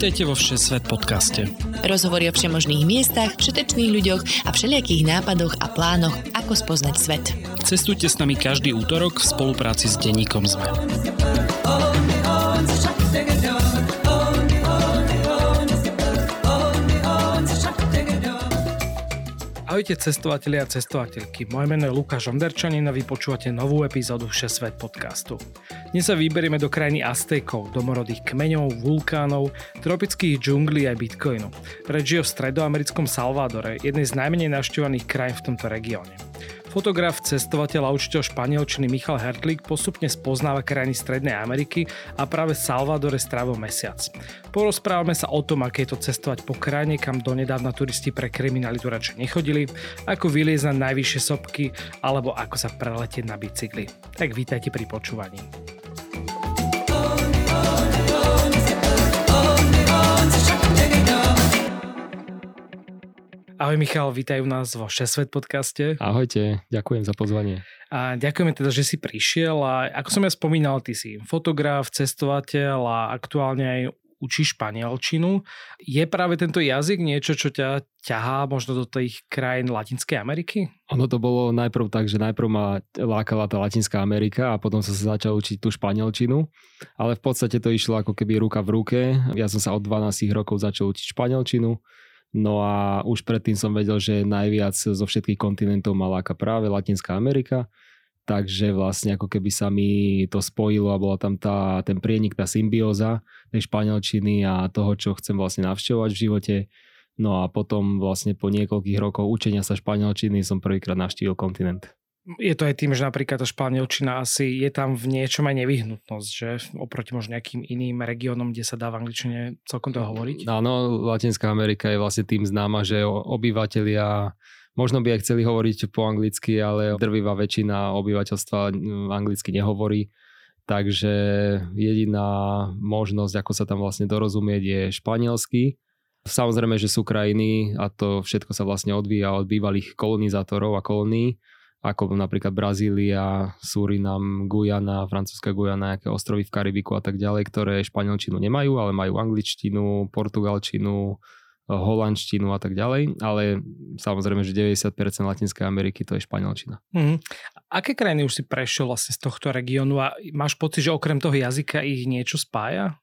Vítajte vo Všesvet podcaste. Rozhovory o všemožných miestach, všetečných ľuďoch a všelijakých nápadoch a plánoch, ako spoznať svet. Cestujte s nami každý útorok v spolupráci s denníkom SME. Ahojte cestovatelia a cestovateľky. Moje meno je Lukáš Onderčanin a vy počúvate novú epizódu Všesvet podcastu. Dnes sa vyberieme do krajiny Aztékov, domorodých kmeňov, vulkánov, tropických džunglí aj bitcoinu. Reč je v stredoamerickom Salvadore, jednej z najmenej navštevovaných krajín v tomto regióne. Fotograf, cestovateľ a učiteľ španielčiny Michal Hertlík postupne spoznáva krajiny Strednej Ameriky a práve v Salvadore strávil mesiac. Porozprávame sa o tom, aké je to cestovať po krajine, kam donedávna turisti pre kriminalitu radšej nechodili, ako vyliezť na najvyššie sopky alebo ako sa preletieť na bicykli. Tak vítajte pri počúvaní. Ahoj Michal, vítajú nás vo Všesvet podcaste. Ahojte, ďakujem za pozvanie. A ďakujeme teda, že si prišiel a ako som ja spomínal, ty si fotograf, cestovateľ a aktuálne aj učíš španielčinu. Je práve tento jazyk niečo, čo ťa ťahá možno do tých krajín Latinskej Ameriky? Ono to bolo najprv tak, že najprv ma lákala tá Latinská Amerika a potom som sa začal učiť tú španielčinu, ale v podstate to išlo ako keby ruka v ruke. Ja som sa od 12 rokov začal učiť španielčinu. No a už predtým som vedel, že najviac zo všetkých kontinentov ma láka práve Latinská Amerika, takže vlastne ako keby sa mi to spojilo a bola tam ten prienik, tá symbióza tej španielčiny a toho, čo chcem vlastne navštevovať v živote. No a potom vlastne po niekoľkých rokoch učenia sa španielčiny som prvýkrát navštívil kontinent. Je to aj tým, že napríklad tá španielčina asi je tam v niečom aj nevyhnutnosť, že oproti možno nejakým iným regiónom, kde sa dá v angličtine celkom to hovoriť? Áno, Latinská Amerika je vlastne tým známa, že obyvatelia možno by aj chceli hovoriť po anglicky, ale drvivá väčšina obyvateľstva anglicky nehovorí. Takže jediná možnosť, ako sa tam vlastne dorozumieť, je španielsky. Samozrejme, že sú krajiny a to všetko sa vlastne odvíja od bývalých kolonizátorov a kolónií, ako napríklad Brazília, Surinam, Guyana, francúzska Guyana, nejaké ostrovy v Karibiku a tak ďalej, ktoré španielčinu nemajú, ale majú angličtinu, portugalčinu, holandštinu a tak ďalej. Ale samozrejme, že 90% Latinskej Ameriky to je španielčina. Aké krajiny už si prešiel vlastne z tohto regiónu a máš pocit, že okrem toho jazyka ich niečo spája?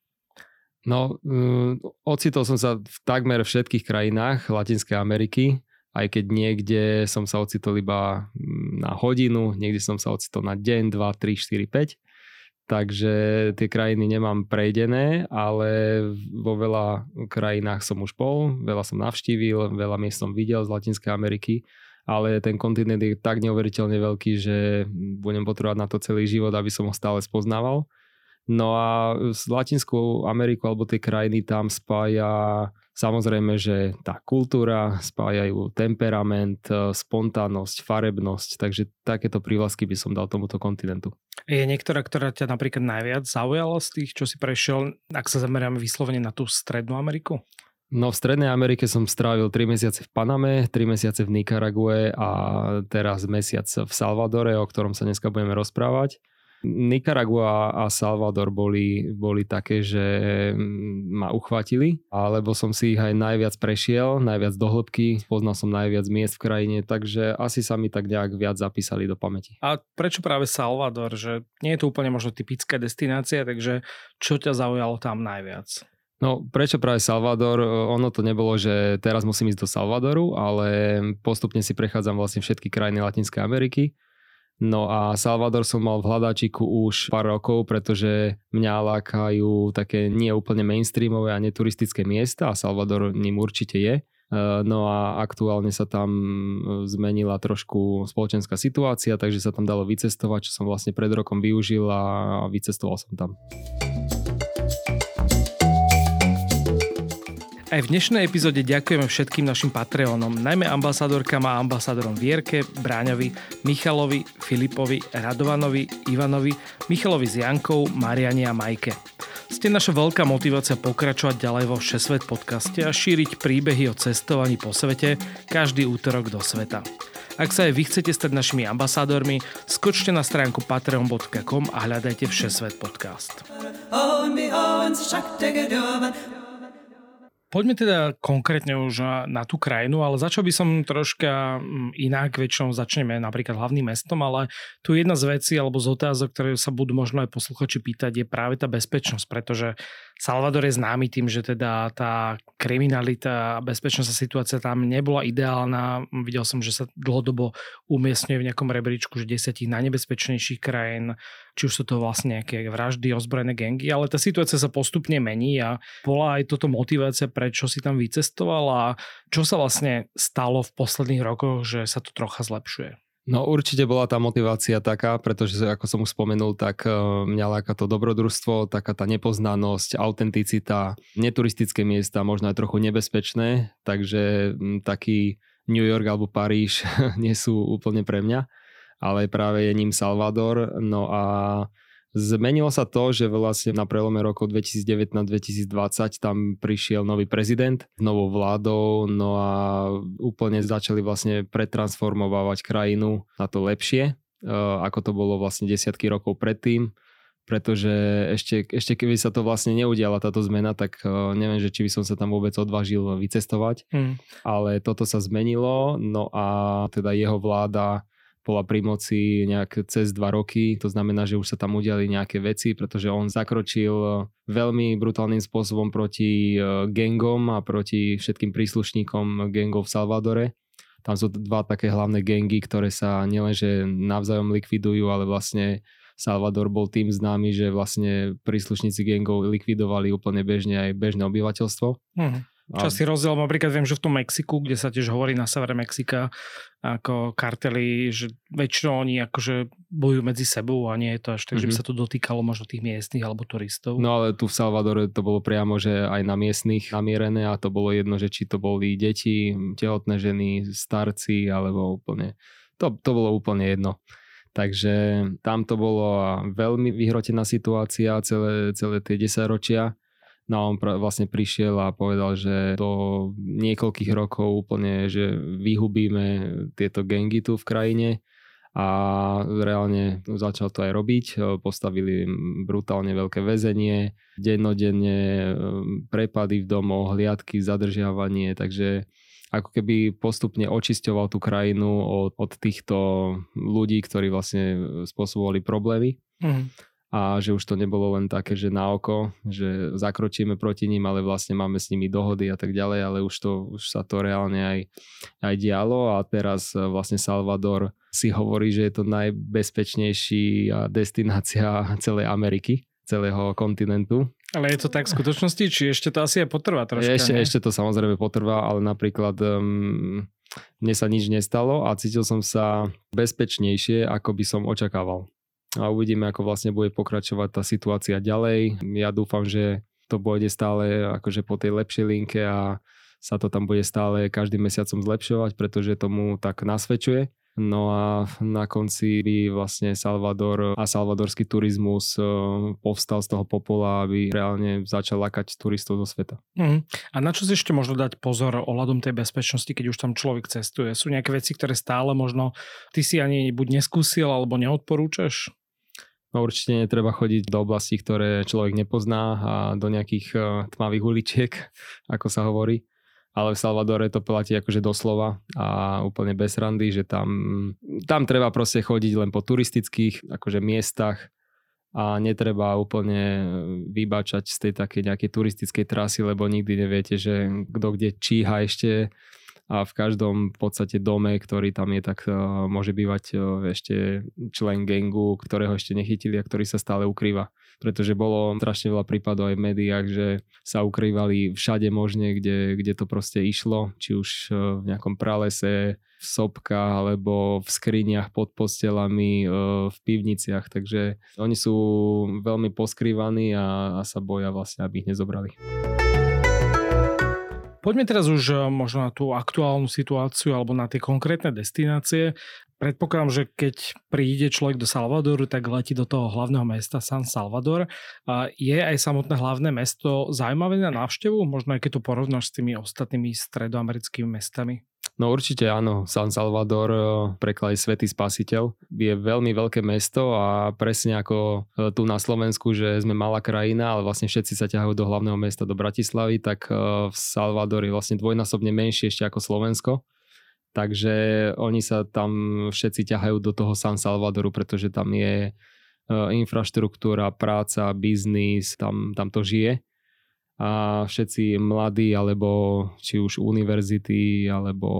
No, ocitol som sa v takmer všetkých krajinách Latinskej Ameriky, aj keď niekde som sa ocitol iba na hodinu, niekde som sa ocitol na deň, 2, 3, 4, 5. Takže tie krajiny nemám prejdené, ale vo veľa krajinách som už bol, veľa som navštívil, veľa miest som videl z Latinskej Ameriky, ale ten kontinent je tak neuveriteľne veľký, že budem potrebovať na to celý život, aby som ho stále spoznával. No a s Latinskou Amerikou alebo tie krajiny tam spája samozrejme, že tá kultúra, spájajú temperament, spontánnosť, farebnosť, takže takéto prívlasky by som dal tomuto kontinentu. Je niektorá, ktorá ťa napríklad najviac zaujala z tých, čo si prešiel, ak sa zameriame vyslovene na tú Strednú Ameriku? No v Strednej Amerike som strávil 3 mesiace v Paname, 3 mesiace v Nikarague a teraz mesiac v Salvadore, o ktorom sa dneska budeme rozprávať. Nikaragua a Salvador boli také, že ma uchvátili, alebo som si ich aj najviac prešiel, najviac do hĺbky, poznal som najviac miest v krajine, takže asi sa mi tak nejak viac zapísali do pamäti. A prečo práve Salvador? Že nie je to úplne možno typická destinácia, takže čo ťa zaujalo tam najviac? No, prečo práve Salvador? Ono to nebolo, že teraz musím ísť do Salvadoru, ale postupne si prechádzam vlastne všetky krajiny Latinskej Ameriky. No a Salvador som mal v hľadáčiku už pár rokov, pretože mňa lákajú také nie úplne mainstreamové a neturistické miesta a Salvador ním určite je. No a aktuálne sa tam zmenila trošku spoločenská situácia, takže sa tam dalo vycestovať, čo som vlastne pred rokom využil a vycestoval som tam. Aj v dnešnej epizóde ďakujeme všetkým našim Patreonom, najmä ambasádorkám a ambasádorom Vierke, Bráňovi, Michalovi, Filipovi, Radovanovi, Ivanovi, Michalovi s Jankou, Mariane a Majke. Ste naša veľká motivácia pokračovať ďalej vo Všesvet podcaste a šíriť príbehy o cestovaní po svete každý útorok do sveta. Ak sa aj vy chcete stať našimi ambasádormi, skočte na stránku patreon.com a hľadajte Všesvet podcast. Poďme teda konkrétne už na tú krajinu, ale začal by som troška inak, väčšinou začneme napríklad hlavným mestom, ale tu jedna z vecí alebo z otázok, ktoré sa budú možno aj posluchači pýtať, je práve tá bezpečnosť, pretože Salvador je známy tým, že teda tá kriminalita a bezpečnostná situácia tam nebola ideálna. Videl som, že sa dlhodobo umiestňuje v nejakom rebríčku, že 10 najnebezpečnejších krajín, či už sú to vlastne nejaké vraždy, ozbrojené gangy, ale tá situácia sa postupne mení a bola aj toto motivácia, prečo si tam vycestoval a čo sa vlastne stalo v posledných rokoch, že sa to trocha zlepšuje? No určite bola tá motivácia taká, pretože ako som už spomenul, tak mňa láka to dobrodružstvo, taká tá nepoznanosť, autenticita, neturistické miesta, možno aj trochu nebezpečné, takže taký New York alebo Paríž nie sú úplne pre mňa, ale práve je ním Salvador. No a zmenilo sa to, že vlastne na prelome rokov 2019-2020 tam prišiel nový prezident s novou vládou, no a úplne začali vlastne pretransformovať krajinu na to lepšie, ako to bolo vlastne desiatky rokov predtým, pretože ešte keby sa to vlastne neudiala táto zmena, tak neviem, že či by som sa tam vôbec odvážil vycestovať, ale toto sa zmenilo, no a teda jeho vláda bola pri moci nejak cez 2 roky, to znamená, že už sa tam udiali nejaké veci, pretože on zakročil veľmi brutálnym spôsobom proti gangom a proti všetkým príslušníkom gangov v Salvadore. Tam sú 2 také hlavné gangy, ktoré sa nielenže navzájom likvidujú, ale vlastne Salvador bol tým známy, že vlastne príslušníci gangov likvidovali úplne bežne aj bežné obyvateľstvo. Časý rozdiel, napríklad viem, že v tom Mexiku, kde sa tiež hovorí na severe Mexika, ako kartely, že väčšinou oni akože bojujú medzi sebou a nie je to až tak, že by sa to dotýkalo možno tých miestnych alebo turistov. No ale tu v Salvadore to bolo priamo, že aj na miestnych namierené a to bolo jedno, že či to boli deti, tehotné ženy, starci alebo úplne, to bolo úplne jedno. Takže tam to bolo veľmi vyhrotená situácia celé tie 10 ročia. No on vlastne prišiel a povedal, že do niekoľkých rokov úplne, že vyhubíme tieto gangy tu v krajine a reálne začal to aj robiť. Postavili brutálne veľké väzenie, dennodenne prepady v domoch, hliadky, zadržiavanie, takže ako keby postupne očisťoval tú krajinu od týchto ľudí, ktorí vlastne spôsobovali problémy. A že už to nebolo len také, že na oko, že zakročíme proti ním, ale vlastne máme s nimi dohody a tak ďalej, ale už sa to reálne aj dialo a teraz vlastne Salvador si hovorí, že je to najbezpečnejší destinácia celej Ameriky, celého kontinentu. Ale je to tak v skutočnosti, či ešte to asi aj potrvá troška? Ešte to samozrejme potrvá, ale napríklad mne sa nič nestalo a cítil som sa bezpečnejšie, ako by som očakával. A uvidíme, ako vlastne bude pokračovať tá situácia ďalej. Ja dúfam, že to bude stále akože po tej lepšej linke a sa to tam bude stále každým mesiacom zlepšovať, pretože tomu tak nasvedčuje. No a na konci by vlastne Salvador a salvadorský turizmus povstal z toho popola, aby reálne začal lákať turistov zo sveta. A na čo si ešte možno dať pozor ohľadom tej bezpečnosti, keď už tam človek cestuje? Sú nejaké veci, ktoré stále možno ty si ani buď neskúsil alebo neodporúčaš? No určite netreba chodiť do oblastí, ktoré človek nepozná a do nejakých tmavých uličiek, ako sa hovorí. Ale v Salvadore to platí akože doslova a úplne bez randy, že tam treba proste chodiť len po turistických akože miestach a netreba úplne vybáčať z tej takej nejakej turistickej trasy, lebo nikdy neviete, že kto kde číha ešte a v každom v podstate dome, ktorý tam je, tak môže bývať ešte člen gangu, ktorého ešte nechytili a ktorý sa stále ukrýva. Pretože bolo strašne veľa prípadov aj v médiách, že sa ukrývali všade možne, kde to proste išlo, či už v nejakom pralese, v sopkách alebo v skriniach pod postelami, v pivniciach, takže oni sú veľmi poskrývaní a sa boja vlastne, aby ich nezobrali. Poďme teraz už možno na tú aktuálnu situáciu alebo na tie konkrétne destinácie. Predpokladám, že keď príde človek do Salvadoru, tak letí do toho hlavného mesta San Salvador. Je aj samotné hlavné mesto zaujímavé na návštevu? Možno aj keď to porovnáš s tými ostatnými stredoamerickými mestami? No určite áno, San Salvador, preklad Svätý Spasiteľ, je veľmi veľké mesto a presne ako tu na Slovensku, že sme malá krajina, ale vlastne všetci sa ťahajú do hlavného mesta, do Bratislavy, tak v Salvador je vlastne dvojnásobne menšie ešte ako Slovensko. Takže oni sa tam všetci ťahajú do toho San Salvadoru, pretože tam je infraštruktúra, práca, biznis, tam to žije. A všetci mladí, alebo či už univerzity, alebo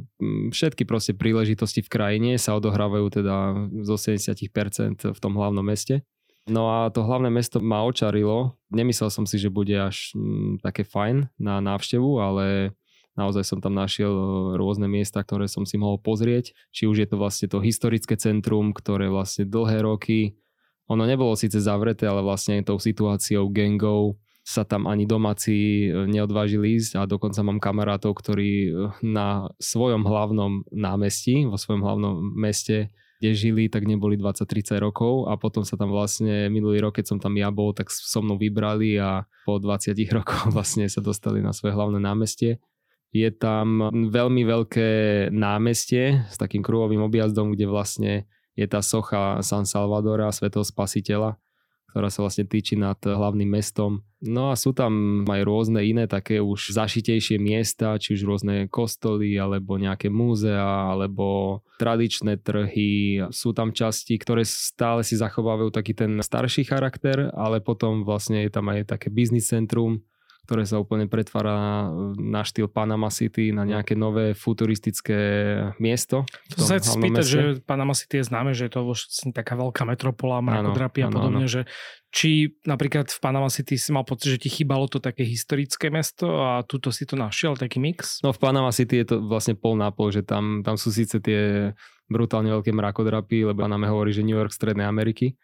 všetky proste príležitosti v krajine sa odohrávajú teda z 80% v tom hlavnom meste. No a to hlavné mesto ma očarilo. Nemyslel som si, že bude až také fajn na návštevu, ale naozaj som tam našiel rôzne miesta, ktoré som si mohol pozrieť. Či už je to vlastne to historické centrum, ktoré vlastne dlhé roky, ono nebolo síce zavreté, ale vlastne tou situáciou gangov sa tam ani domáci neodvážili ísť a dokonca mám kamarátov, ktorí na svojom hlavnom námestí, vo svojom hlavnom meste, kde žili, tak neboli 20-30 rokov a potom sa tam vlastne minulý rok, keď som tam ja bol, tak so mnou vybrali a po 20 rokoch vlastne sa dostali na svoje hlavné námestie. Je tam veľmi veľké námestie s takým kruhovým objazdom, kde vlastne je tá socha San Salvadora, Svätého Spasiteľa, ktorá sa vlastne týči nad hlavným mestom. No a sú tam aj rôzne iné také už zašitejšie miesta, či už rôzne kostoly, alebo nejaké múzea, alebo tradičné trhy. Sú tam časti, ktoré stále si zachovávajú taký ten starší charakter, ale potom vlastne je tam aj také business centrum, ktoré sa úplne pretvára na štýl Panama City, na nejaké nové futuristické miesto. To sa chcem spýtať, že Panama City je známe, že je to vlastne taká veľká metropola, mrakodrapy a podobne, že či napríklad v Panama City si mal pocit, že ti chýbalo to také historické mesto a tuto si to našiel, taký mix? No v Panama City je to vlastne pol na pol, že tam sú síce tie brutálne veľké mrakodrapy, lebo Paname hovorí, že New York Strednej Ameriky,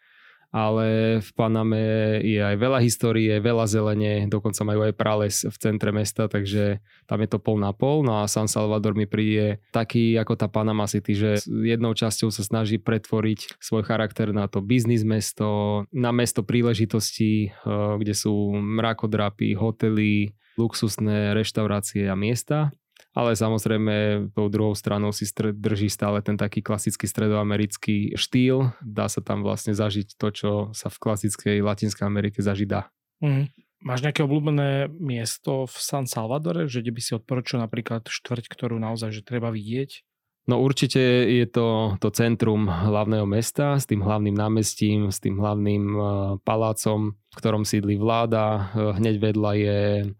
ale v Paname je aj veľa histórie, veľa zelene, dokonca majú aj prales v centre mesta, takže tam je to pol na pol. No a San Salvador mi príde taký ako tá Panama City, že jednou časťou sa snaží pretvoriť svoj charakter na to biznis mesto, na mesto príležitostí, kde sú mrakodrapy, hotely, luxusné reštaurácie a miesta. Ale samozrejme tou druhou stranou si drží stále ten taký klasický stredoamerický štýl. Dá sa tam vlastne zažiť to, čo sa v klasickej Latinskej Amerike zažiť dá. Máš nejaké obľúbené miesto v San Salvadore, že kde by si odporučil napríklad štvrť, ktorú naozaj že treba vidieť? No určite je to centrum hlavného mesta s tým hlavným námestím, s tým hlavným palácom, v ktorom sídli vláda. Hneď vedľa je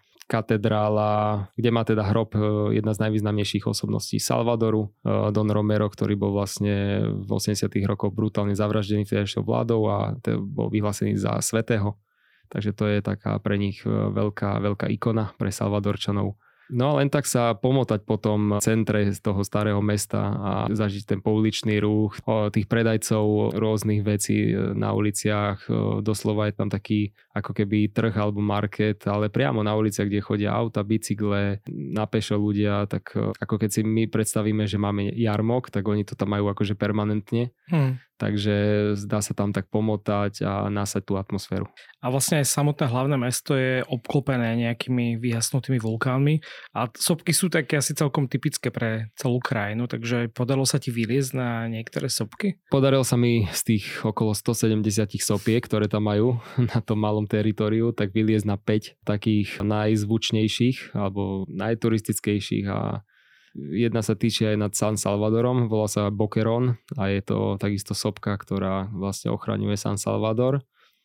katedrála, kde má teda hrob jedna z najvýznamnejších osobností Salvadoru, Don Romero, ktorý bol vlastne v 80. rokoch brutálne zavraždený vtedajšou vládou a bol vyhlásený za svätého. Takže to je taká pre nich veľká ikona pre Salvadorčanov. No a len tak sa pomotať po tom centre z toho starého mesta a zažiť ten pouličný ruch, tých predajcov rôznych vecí na uliciach, doslova je tam taký ako keby trh alebo market, ale priamo na uliciach, kde chodia auta, bicykle, na pešo ľudia, tak ako keď si my predstavíme, že máme jarmok, tak oni to tam majú akože permanentne. Takže dá sa tam tak pomotať a nasať tú atmosféru. A vlastne aj samotné hlavné mesto je obklopené nejakými vyhasnutými vulkánmi a sopky sú také asi celkom typické pre celú krajinu, takže podarilo sa ti vyliezť na niektoré sopky? Podarilo sa mi z tých okolo 170 sopiek, ktoré tam majú na tom malom teritóriu, tak vyliezť na 5 takých najzvučnejších alebo najturistickejších a jedna sa týči aj nad San Salvadorom, volá sa Boquerón a je to takisto sopka, ktorá vlastne ochraňuje San Salvador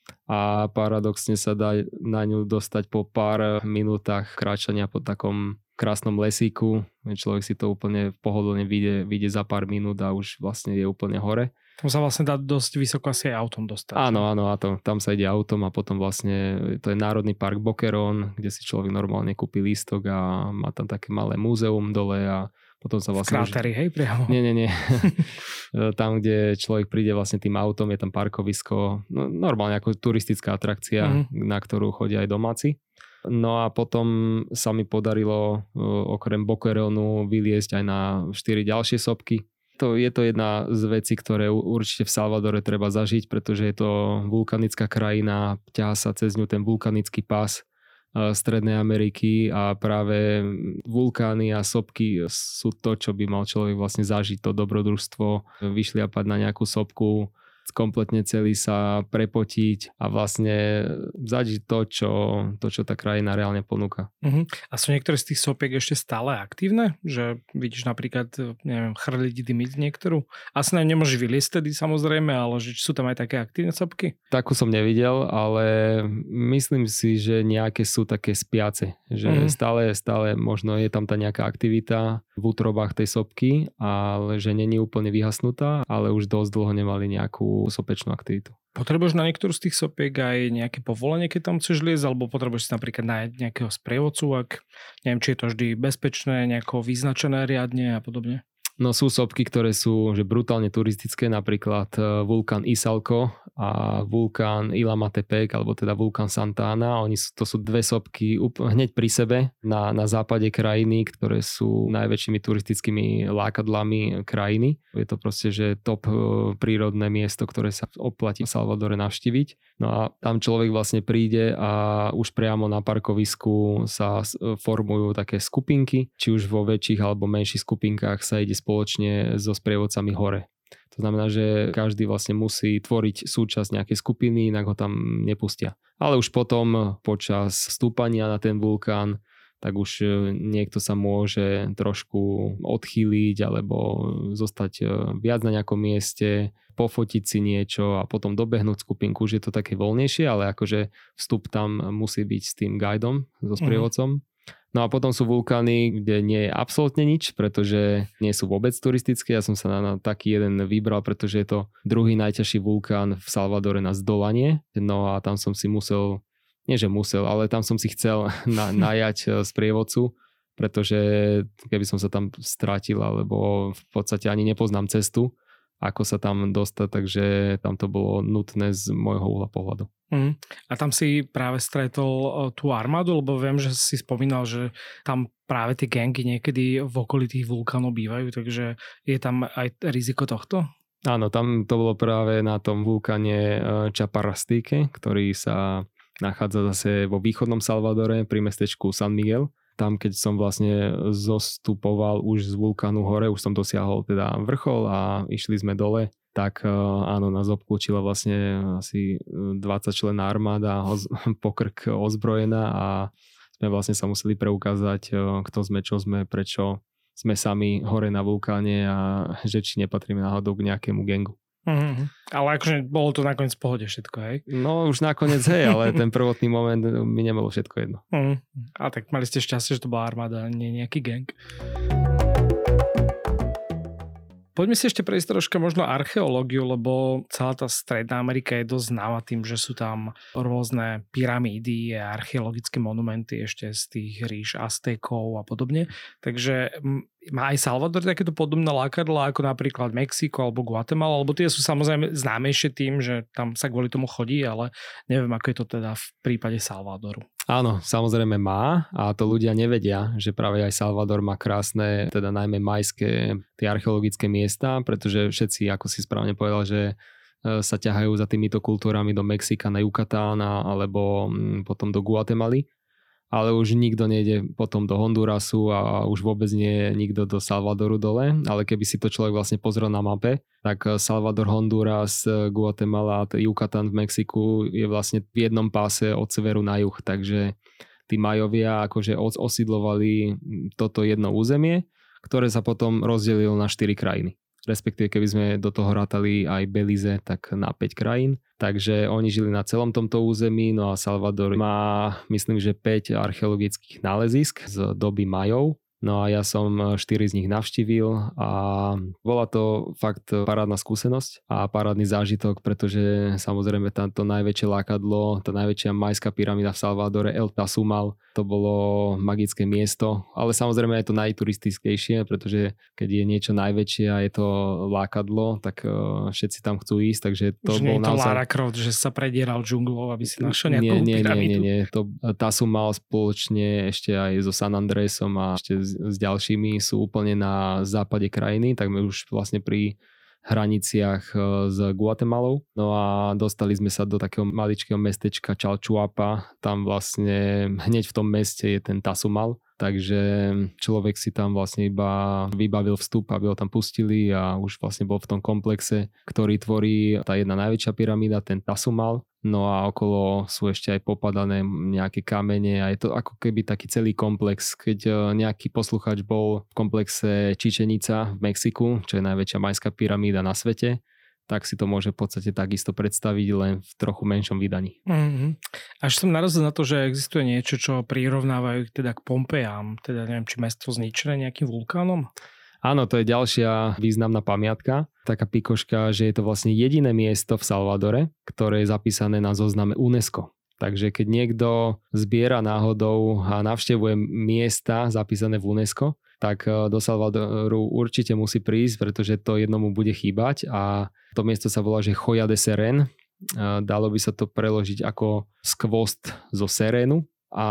a paradoxne sa dá na ňu dostať po pár minútach kráčania po takom krásnom lesíku. Človek si to úplne pohodlne vyjde za pár minút a už vlastne je úplne hore. Tam sa vlastne dá dosť vysoko asi aj autom dostať. Áno, tam sa ide autom a potom vlastne to je Národný park Boquerón, kde si človek normálne kúpi lístok a má tam také malé múzeum dole a potom sa vlastne... Kráteri, hej, priamo? Nie. Tam, kde človek príde vlastne tým autom, je tam parkovisko, no, normálne ako turistická atrakcia, na ktorú chodia aj domáci. No a potom sa mi podarilo okrem Boquerónu vyliezť aj na 4 ďalšie sopky. Je to jedna z vecí, ktoré určite v Salvadore treba zažiť, pretože je to vulkanická krajina, ťahá sa cez ňu ten vulkanický pás Strednej Ameriky a práve vulkány a sopky sú to, čo by mal človek vlastne zažiť, to dobrodružstvo, vyšliapať na nejakú sopku, kompletne celý sa prepotiť a vlastne zažiť to, čo tá krajina reálne ponúka. A sú niektoré z tých sopiek ešte stále aktívne? Že vidíš napríklad, neviem, chrliť dymiť niektorú? Asi nemôžeš vyliesť tedy samozrejme, ale že sú tam aj také aktívne sopky? Takú som nevidel, ale myslím si, že nejaké sú také spiace. Že stále možno je tam tá nejaká aktivita v útrobách tej sopky, ale že není úplne vyhasnutá, ale už dosť dlho nemali nejakú sopečnú aktivitu. Potrebuješ na niektorú z tých sopiek aj nejaké povolenie, keď tam chceš liesť, alebo potrebuješ si napríklad nájsť nejakého sprievodcu, ak neviem, či je to vždy bezpečné, nejako vyznačené riadne a podobne? No sú sopky, ktoré sú že brutálne turistické, napríklad vulkán Isalco a vulkán Ilamatepec, alebo teda vulkán Santa Ana. To sú dve sopky hneď pri sebe na západe krajiny, ktoré sú najväčšími turistickými lákadlami krajiny. Je to proste, že top prírodné miesto, ktoré sa oplatí v Salvadore navštíviť. No a tam človek vlastne príde a už priamo na parkovisku sa formujú také skupinky, či už vo väčších alebo menších skupinkách sa ide spoločne so sprievodcami hore. To znamená, že každý vlastne musí tvoriť súčasť nejakej skupiny, inak ho tam nepustia. Ale už potom počas stúpania na ten vulkán, tak už niekto sa môže trošku odchýliť alebo zostať viac na nejakom mieste, pofotiť si niečo a potom dobehnúť skupinku. Už je to také voľnejšie, ale akože vstup tam musí byť s tým guidom, so sprievodcom. No a potom sú vulkány, kde nie je absolútne nič, pretože nie sú vôbec turistické. Ja som sa na taký jeden vybral, pretože je to druhý najťažší vulkán v Salvadore na zdolanie. No a tam som si ale tam som si chcel najať sprievodcu, pretože keby som sa tam strátil, alebo v podstate ani nepoznám cestu, ako sa tam dostať, takže tam to bolo nutné z môjho uhla pohľadu. A tam si práve stretol tú armádu, lebo viem, že si spomínal, že tam práve tie gangy niekedy v okolí tých vulkánov bývajú, takže je tam aj riziko tohto? Áno, tam to bolo práve na tom vulkáne Chaparrastique, ktorý sa nachádza zase vo východnom Salvadore pri mestečku San Miguel. Tam, keď som vlastne zostupoval už z vulkánu hore, už som dosiahol teda vrchol a išli sme dole, tak áno, nás obklúčila vlastne asi 20 členná armáda, pokrk ozbrojená a sme vlastne sa museli preukázať, kto sme, čo sme, prečo sme sami hore na vulkáne a že či nepatríme náhodou k nejakému gangu. Ale akože bolo to nakoniec v pohode všetko, hej? No už nakoniec, hej, ale ten prvotný moment mi nebolo všetko jedno. A tak mali ste šťastie, že to bola armáda, nie nejaký gang. Poďme si ešte prejsť troška možno archeológiu, lebo celá tá Stredná Amerika je dosť známa tým, že sú tam rôzne pyramídy a archeologické monumenty ešte z tých ríš Aztékov a podobne. Takže má aj Salvador takéto podobné lákadlá ako napríklad Mexiko alebo Guatemala, alebo tie sú samozrejme známejšie tým, že tam sa kvôli tomu chodí, ale neviem, ako je to teda v prípade Salvadoru. Áno, samozrejme má a to ľudia nevedia, že práve aj Salvador má krásne, teda najmä majské tie archeologické miesta, pretože všetci, ako si správne povedal, že sa ťahajú za týmito kultúrami do Mexika na Yucatán alebo potom do Guatemaly. Ale už nikto nejde potom do Hondurasu a už vôbec nie nikto do Salvadoru dole, ale keby si to človek vlastne pozrel na mape, tak Salvador, Honduras, Guatemala a Yucatán v Mexiku je vlastne v jednom páse od severu na juh, takže tí Majovia akože osídlovali toto jedno územie, ktoré sa potom rozdelilo na 4 krajiny. Respektíve keby sme do toho rátali aj Belize, tak na 5 krajín. Takže oni žili na celom tomto území, no a Salvador má, myslím, že 5 archeologických nálezisk z doby Majov. No a ja som 4 z nich navštívil a bola to fakt parádna skúsenosť a parádny zážitok, pretože samozrejme tamto najväčšie lákadlo, tá najväčšia majská pyramída v Salvadore, El Tasumal, to bolo magické miesto, ale samozrejme je to najturistickejšie, pretože keď je niečo najväčšie a je to lákadlo, tak všetci tam chcú ísť, takže to už bol naozaj... Už nie je to Lara Croft, že sa predieral džunglou, aby si našiel nejakú pyramídu. Nie. To Tasumal spoločne ešte aj so San Andresom a ešte s ďalšími sú úplne na západe krajiny, tak my už vlastne pri hraniciach s Guatemalou. No a dostali sme sa do takého maličkého mestečka Chalchuapa. Tam vlastne hneď v tom meste je ten Tasumal. Takže človek si tam vlastne iba vybavil vstup, aby ho tam pustili a už vlastne bol v tom komplexe, ktorý tvorí tá jedna najväčšia pyramída, ten Tasumal. No a okolo sú ešte aj popadané nejaké kamene a je to ako keby taký celý komplex. Keď nejaký posluchač bol v komplexe Chichen Itza v Mexiku, čo je najväčšia majská pyramída na svete, tak si to môže v podstate takisto predstaviť len v trochu menšom vydaní. Mm-hmm. Až som narazil na to, že existuje niečo, čo prirovnávajú teda k Pompejám, teda neviem, či mesto zničené nejakým vulkánom? Áno, to je ďalšia významná pamiatka, taká pikoška, že je to vlastne jediné miesto v Salvadore, ktoré je zapísané na zozname UNESCO. Takže keď niekto zbiera náhodou a navštevuje miesta zapísané v UNESCO, tak do Salvadoru určite musí prísť, pretože to jednomu bude chýbať a to miesto sa volá, že Joya de Serén. Dalo by sa to preložiť ako skvost zo Serénu a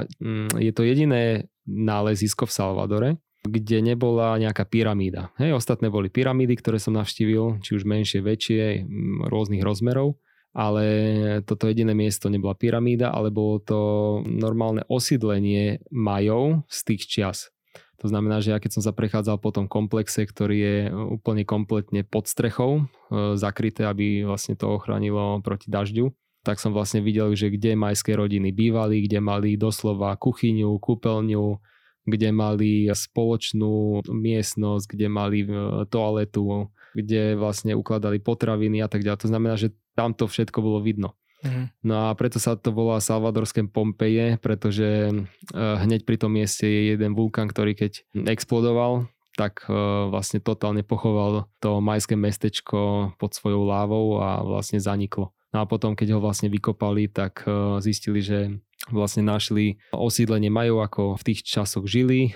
je to jediné nálezisko v Salvadore, kde nebola nejaká pyramída. Hej, ostatné boli pyramídy, ktoré som navštívil, či už menšie, väčšie, rôznych rozmerov, ale toto jediné miesto nebola pyramída, ale bolo to normálne osídlenie Majov z tých čias. To znamená, že ja keď som sa prechádzal po tom komplexe, ktorý je úplne kompletne pod strechou, zakryté, aby vlastne to ochránilo proti dažďu, tak som vlastne videl, že kde majské rodiny bývali, kde mali doslova kuchyňu, kúpeľňu, kde mali spoločnú miestnosť, kde mali toaletu, kde vlastne ukladali potraviny a tak ďalej. To znamená, že tam to všetko bolo vidno. No a preto sa to volá salvadorské Pompeje, pretože hneď pri tom mieste je jeden vulkán, ktorý keď explodoval, tak vlastne totálne pochoval to majské mestečko pod svojou lávou a vlastne zaniklo. No a potom, keď ho vlastne vykopali, tak zistili, že vlastne našli osídlenie Majov, ako v tých časoch žili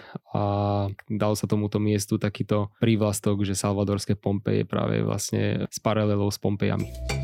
a dal sa tomuto miestu takýto prívlastok, že salvadorské Pompeje práve vlastne s paralelou s Pompejami.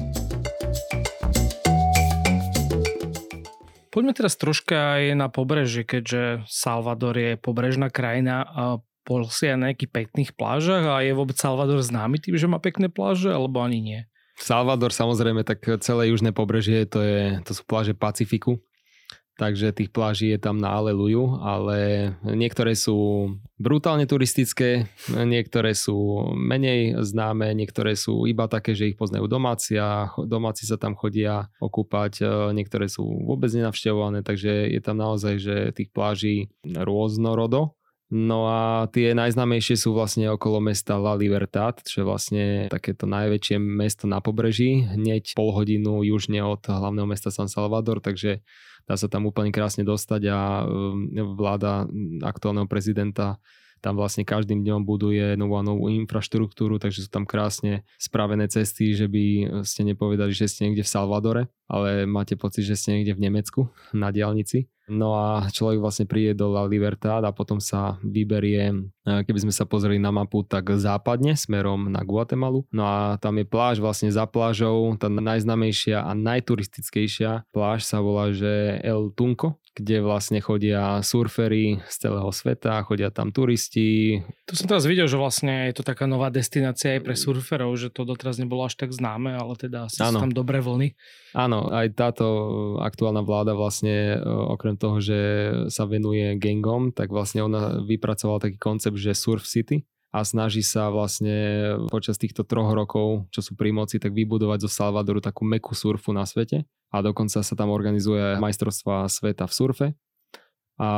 Poďme teraz troška aj na pobrežie, keďže Salvador je pobrežná krajina a bol si aj na nejakých pekných plážach a je vôbec Salvador známy tým, že má pekné pláže, alebo ani nie? Salvador samozrejme, tak celé južné pobrežie, to sú pláže Pacifiku, takže tých pláží je tam na aleluju, ale niektoré sú brutálne turistické, niektoré sú menej známe, niektoré sú iba také, že ich poznajú domáci a domáci sa tam chodia okúpať, niektoré sú vôbec nenavštevované, takže je tam naozaj, že tých pláží rôznorodo. No a tie najznámejšie sú vlastne okolo mesta La Libertad, čo je vlastne takéto najväčšie mesto na pobreží, hneď pol hodinu južne od hlavného mesta San Salvador, takže dá sa tam úplne krásne dostať a vláda aktuálneho prezidenta tam vlastne každým dňom buduje novú infraštruktúru, takže sú tam krásne spravené cesty, že by ste nepovedali, že ste niekde v Salvadore, ale máte pocit, že ste niekde v Nemecku na diaľnici. No a človek vlastne príde do La Libertad a potom sa vyberie, keby sme sa pozreli na mapu, tak západne smerom na Guatemalu. No a tam je pláž vlastne za plážou, tá najznámejšia a najturistickejšia pláž sa volá, že El Tunco, kde vlastne chodia surferi z celého sveta, chodia tam turisti. Tu som teraz videl, že vlastne je to taká nová destinácia aj pre surferov, že to doteraz nebolo až tak známe, ale teda asi sú tam dobré vlny. Áno, aj táto aktuálna vláda vlastne okrem toho, že sa venuje gangom, tak vlastne ona vypracovala taký koncept, že Surf City a snaží sa vlastne počas týchto 3 rokov, čo sú pri moci, tak vybudovať zo Salvadoru takú meku surfu na svete a dokonca sa tam organizuje majstrovstvá sveta v surfe a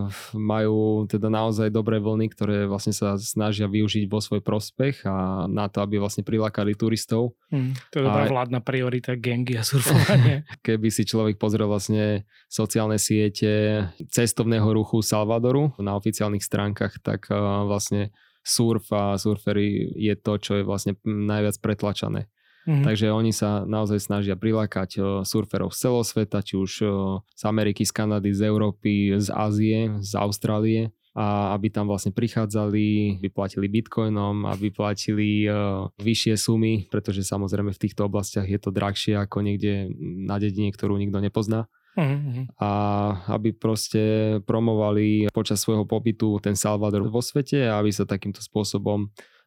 majú teda naozaj dobré vlny, ktoré vlastne sa snažia využiť vo svoj prospech a na to, aby vlastne prilákali turistov. To je dobrá vládna priorita, gangy a surfovanie. Keby si človek pozrel vlastne sociálne siete cestovného ruchu Salvadoru na oficiálnych stránkach, tak vlastne surf a surfery je to, čo je vlastne najviac pretlačané. Takže oni sa naozaj snažia prilákať surferov z celého sveta, či už z Ameriky, z Kanady, z Európy, z Ázie, z Austrálie a aby tam vlastne prichádzali, vyplatili bitcoinom a vyplatili vyššie sumy, pretože samozrejme v týchto oblastiach je to drahšie ako niekde na dedine, ktorú nikto nepozná. A aby proste promovali počas svojho pobytu ten Salvador vo svete a aby sa takýmto spôsobom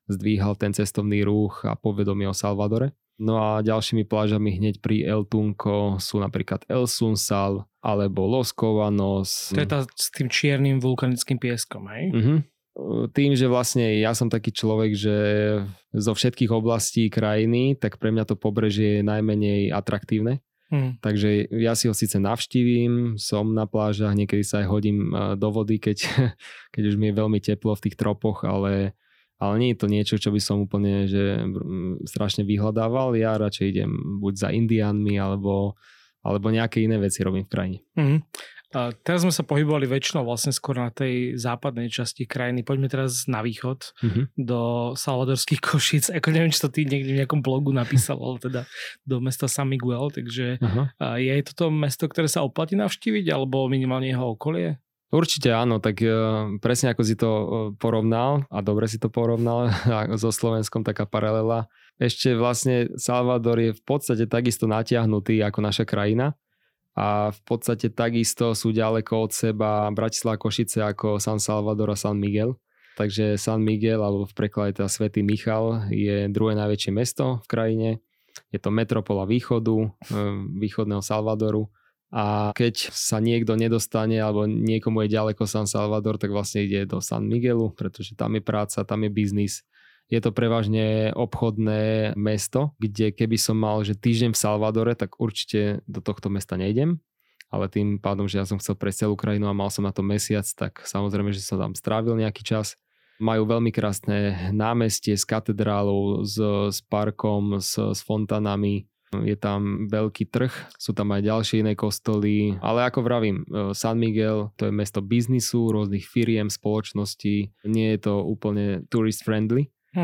zdvíhal ten cestovný ruch a povedomie o Salvadore. No a ďalšími plážami hneď pri El Tunco sú napríklad El Sunsal alebo Los Covanos. To je tá s tým čiernym vulkanickým pieskom, hej? Tým, že vlastne ja som taký človek, že zo všetkých oblastí krajiny, tak pre mňa to pobrežie je najmenej atraktívne. Takže ja si ho síce navštívim, som na plážach, niekedy sa aj hodím do vody, keď už mi je veľmi teplo v tých tropoch, ale nie je to niečo, čo by som úplne že strašne vyhľadával. Ja radšej idem buď za Indiánmi, alebo nejaké iné veci robím v krajine. A teraz sme sa pohybovali väčšinou vlastne skôr na tej západnej časti krajiny. Poďme teraz na východ, do salvadorských Košíc. Ako neviem, či to ty niekde v nejakom blogu napísal, ale teda do mesta San Miguel. Takže je toto mesto, ktoré sa oplatí navštíviť, alebo minimálne jeho okolie? Určite áno, tak presne ako si to porovnal a dobre si to porovnal so Slovenskom, taká paralela. Ešte vlastne Salvador je v podstate takisto natiahnutý ako naša krajina a v podstate takisto sú ďaleko od seba Bratislava Košice ako San Salvador a San Miguel. Takže San Miguel, alebo v preklade teda Svätý Michal, je druhé najväčšie mesto v krajine. Je to metropola východného Salvadoru. A keď sa niekto nedostane alebo niekomu je ďaleko San Salvador, tak vlastne ide do San Miguelu, pretože tam je práca, tam je biznis. Je to prevažne obchodné mesto, kde keby som mal že týždeň v Salvadore, tak určite do tohto mesta nejdem. Ale tým pádom, že ja som chcel prejsť celú krajinu a mal som na to mesiac, tak samozrejme, že som tam strávil nejaký čas. Majú veľmi krásne námestie s katedrálou, s parkom, s fontánami. Je tam veľký trh, sú tam aj ďalšie iné kostoly, ale ako vravím, San Miguel to je mesto biznisu, rôznych firiem, spoločností, nie je to úplne tourist friendly,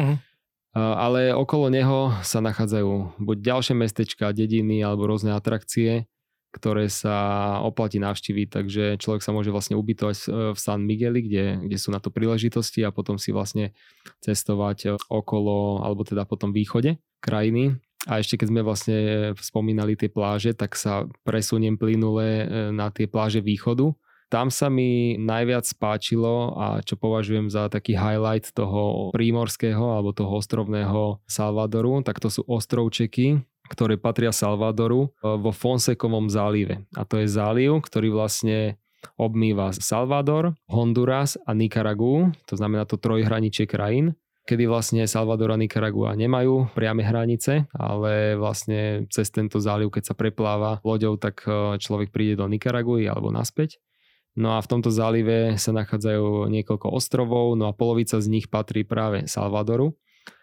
ale okolo neho sa nachádzajú buď ďalšie mestečka, dediny alebo rôzne atrakcie, ktoré sa oplatí navštíviť, takže človek sa môže vlastne ubytovať v San Migueli, kde sú na to príležitosti a potom si vlastne cestovať okolo, alebo teda po tom východe krajiny. A ešte keď sme vlastne spomínali tie pláže, tak sa presuniem plynule na tie pláže východu. Tam sa mi najviac páčilo a čo považujem za taký highlight toho prímorského alebo toho ostrovného Salvadoru, tak to sú ostrovčeky, ktoré patria Salvadoru vo Fonsecovom zálive. A to je záliv, ktorý vlastne obmýva Salvador, Honduras a Nikaragu, to znamená to trojhraničie krajín, kedy vlastne Salvador a Nikaragua nemajú priame hranice, ale vlastne cez tento záliv, keď sa prepláva loďou, tak človek príde do Nikaraguji alebo naspäť. No a v tomto zálive sa nachádzajú niekoľko ostrovov, no a polovica z nich patrí práve Salvadoru.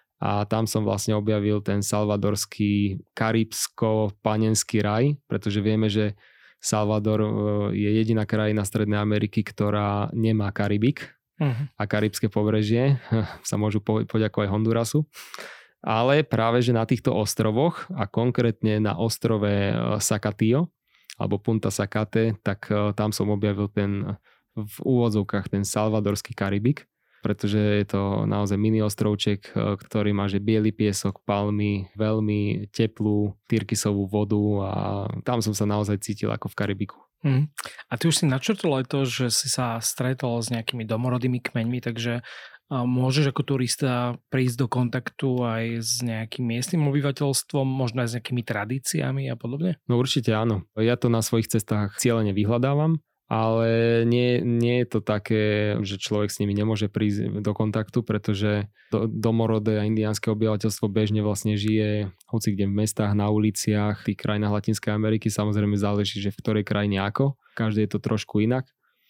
A tam som vlastne objavil ten salvadorský karibsko-panenský raj, pretože vieme, že Salvador je jediná krajina Strednej Ameriky, ktorá nemá Karibik. A karibské pobrežie sa môžu poďakovať Hondurasu. Ale práve, že na týchto ostrovoch a konkrétne na ostrove Sacatío alebo Punta Sacate, tak tam som objavil ten v úvodzovkách ten salvadorský Karibik, pretože je to naozaj mini ostrovček, ktorý má že biely piesok, palmy, veľmi teplú tyrkysovú vodu a tam som sa naozaj cítil ako v Karibiku. A ty už si načrtol aj to, že si sa stretol s nejakými domorodými kmeňmi, takže môžeš ako turista prísť do kontaktu aj s nejakým miestnym obyvateľstvom, možno aj s nejakými tradíciami a podobne? No určite áno. Ja to na svojich cestách cieľene vyhľadávam, ale nie je to také, že človek s nimi nemôže prísť do kontaktu, pretože domorodé a indiánske obyvateľstvo bežne vlastne žije hoci kde v mestách, na uliciach, v tých krajinách Latinskej Ameriky, samozrejme záleží, že v ktorej krajine ako. Každé je to trošku inak.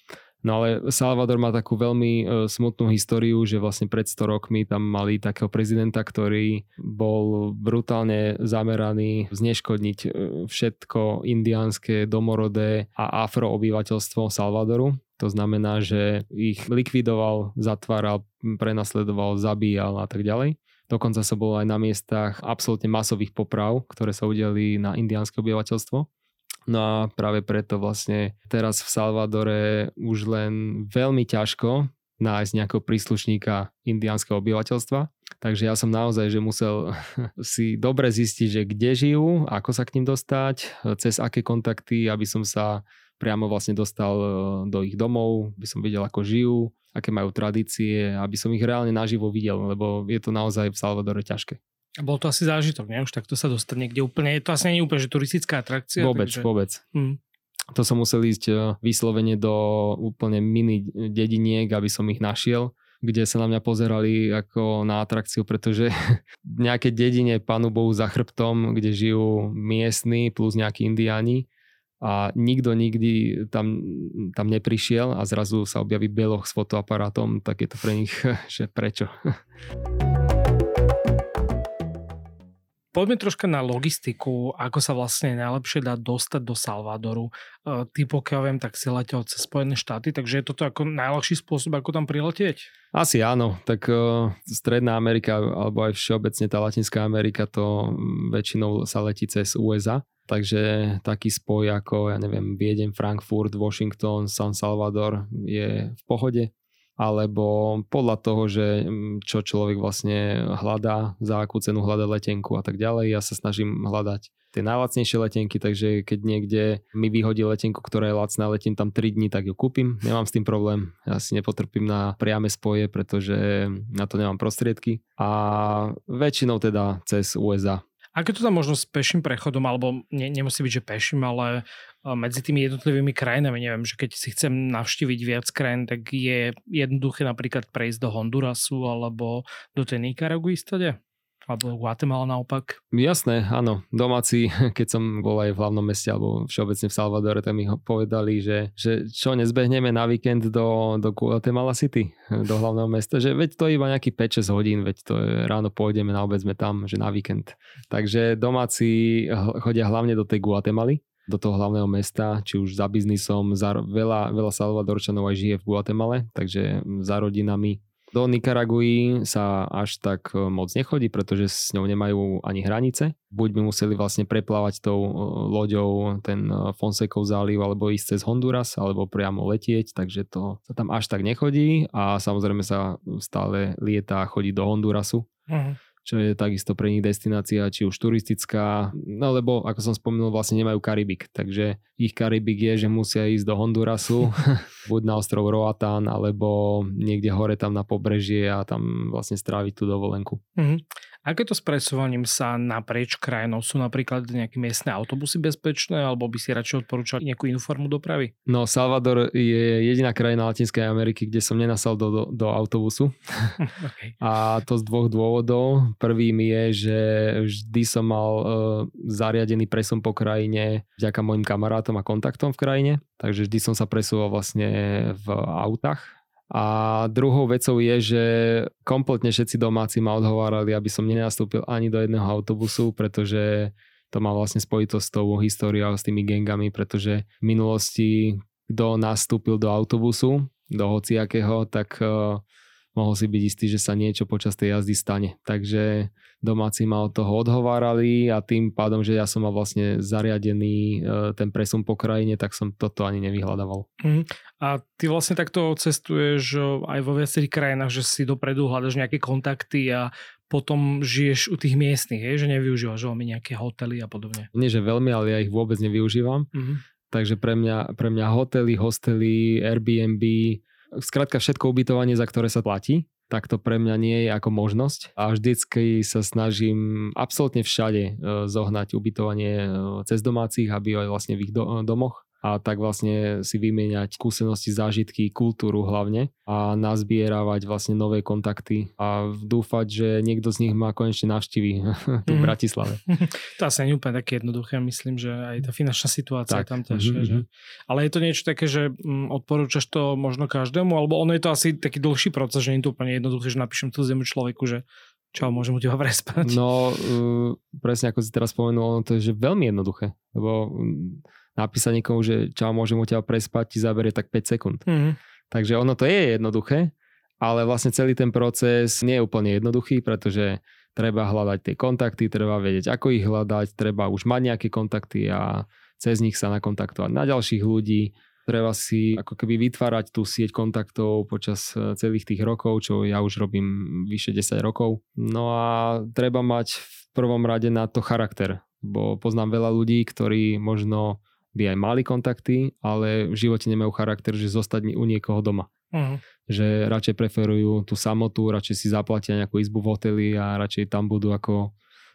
No ale Salvador má takú veľmi smutnú históriu, že vlastne pred 100 rokmi tam mali takého prezidenta, ktorý bol brutálne zameraný zneškodniť všetko indiánske, domorodé a afro obyvateľstvo Salvadoru. To znamená, že ich likvidoval, zatváral, prenasledoval, zabíjal a tak ďalej. Dokonca sa bolo aj na miestach absolútne masových poprav, ktoré sa udiali na indiánske obyvateľstvo. No a práve preto vlastne teraz v Salvadore už len veľmi ťažko nájsť nejakého príslušníka indiánskeho obyvateľstva. Takže ja som naozaj že musel si dobre zistiť, že kde žijú, ako sa k ním dostať, cez aké kontakty, aby som sa priamo vlastne dostal do ich domov, by som videl, ako žijú, aké majú tradície, aby som ich reálne naživo videl, lebo je to naozaj v Salvadore ťažké. A bol to asi zážitok, ne? Už takto sa dostať niekde úplne, to asi nie je úplne, že turistická atrakcia. Vôbec. To som musel ísť vyslovene do úplne mini dediniek, aby som ich našiel, kde sa na mňa pozerali ako na atrakciu, pretože v nejakej dedine Pánu Bohu za chrbtom, kde žijú miestni plus nejakí indiáni a nikto nikdy tam neprišiel a zrazu sa objaví bieloch s fotoaparátom, tak je to pre nich, že prečo? Poďme troška na logistiku, ako sa vlastne najlepšie dá dostať do Salvadoru. Ty, pokiaľ viem, tak si letel cez Spojené štáty, takže je toto ako najľahší spôsob, ako tam priletieť? Asi áno, tak Stredná Amerika, alebo aj všeobecne tá Latinská Amerika, to väčšinou sa letí cez USA. Takže taký spoj ako, ja neviem, Viedeň, Frankfurt, Washington, San Salvador je v pohode. Alebo podľa toho, že čo človek vlastne hľadá, za akú cenu hľadá letenku a tak ďalej. Ja sa snažím hľadať tie najlacnejšie letenky, takže keď niekde mi vyhodí letenku, ktorá je lacná, letím tam 3 dní, tak ju kúpim. Nemám s tým problém. Ja si nepotrpím na priame spoje, pretože na to nemám prostriedky. A väčšinou teda cez USA. Aké to tam možno s peším prechodom, alebo nemusí byť, že peším, ale medzi tými jednotlivými krajinami, neviem, že keď si chcem navštíviť viac krajín, tak je jednoduché napríklad prejsť do Hondurasu alebo do tej Nikaraguy stade? Alebo Guatemala naopak? Jasné, áno. Domáci, keď som bol aj v hlavnom meste alebo všeobecne v Salvadore, tak mi povedali, že čo, nezbehneme na víkend do Guatemala City, do hlavného mesta, že veď to je iba nejaký 5-6 hodín, veď to je, ráno pôjdeme, na obed sme tam, že na víkend. Takže domáci chodia hlavne do tej Guatemaly, do toho hlavného mesta, či už za biznisom, veľa Salvadorčanov aj žije v Guatemale, takže za rodinami. Do Nikaraguji sa až tak moc nechodí, pretože s ňou nemajú ani hranice. Buď by museli vlastne preplávať tou loďou ten Fonsecov záliv, alebo ísť cez Honduras, alebo priamo letieť, takže to sa tam až tak nechodí a samozrejme sa stále lieta a chodí do Hondurasu. Čo je takisto pre nich destinácia, či už turistická, no lebo, ako som spomínal, vlastne nemajú Karibik, takže ich Karibik je, že musia ísť do Hondurasu, buď na ostrov Roatán, alebo niekde hore tam na pobrežie a tam vlastne stráviť tú dovolenku. Aké to s presúvaním sa naprieč krajinou? Sú napríklad nejaké miestne autobusy bezpečné, alebo by si radšej odporúčal nejakú inú formu dopravy? No, Salvador je jediná krajina Latinskej Ameriky, kde som nenasal do autobusu. Okay. A to z 2 dôvodov. Prvým je, že vždy som mal zariadený presun po krajine vďaka mojim kamarátom a kontaktom v krajine, takže vždy som sa presúval vlastne v autách. A druhou vecou je, že kompletne všetci domáci ma odhovárali, aby som nenastúpil ani do jedného autobusu, pretože to má vlastne spojitosť s tou históriou, s tými gangami, pretože v minulosti, kto nastúpil do autobusu, do hociakého, tak mohol si byť istý, že sa niečo počas tej jazdy stane. Takže domáci ma od toho odhovárali a tým pádom, že ja som mal vlastne zariadený ten presun po krajine, tak som toto ani nevyhľadával. A ty vlastne takto cestuješ aj vo viacerých krajinách, že si dopredu hľadaš nejaké kontakty a potom žiješ u tých miestnych, že nevyužívaš veľmi nejaké hotely a podobne. Nie, že veľmi, ale ja ich vôbec nevyužívam. Takže pre mňa hotely, hostely, Airbnb, skrátka všetko ubytovanie, za ktoré sa platí, tak to pre mňa nie je ako možnosť. A vždycky sa snažím absolútne všade zohnať ubytovanie cez domácich, aby aj vlastne v ich domoch. A tak vlastne si vymieňať skúsenosti, zážitky, kultúru hlavne a nazbieravať vlastne nové kontakty a dúfať, že niekto z nich ma konečne navštíví tu v Bratislave. To asi nie je úplne také jednoduché, myslím, že aj tá finančná situácia je tam ťažšia. Že? Ale je to niečo také, že odporúčaš to možno každému, alebo ono je to asi taký dlhší proces, že nie je to úplne jednoduché, že napíšem cudziemu človeku, že čo, môžem u teba prespať? No, presne ako si teraz spomenul, to je že veľmi jednoduché, lebo napísať niekomu, že čau, môžem u teba prespať, ti zaberie tak 5 sekúnd. Takže ono to je jednoduché, ale vlastne celý ten proces nie je úplne jednoduchý, pretože treba hľadať tie kontakty, treba vedieť, ako ich hľadať, treba už mať nejaké kontakty a cez nich sa nakontaktovať na ďalších ľudí. Treba si ako keby vytvárať tú sieť kontaktov počas celých tých rokov, čo ja už robím vyše 10 rokov. No a treba mať v prvom rade na to charakter, bo poznám veľa ľudí, ktorí možno by aj mali kontakty, ale v živote nemajú charakter, že zostať u niekoho doma. Že radšej preferujú tú samotu, radšej si zaplatia nejakú izbu v hoteli a radšej tam budú ako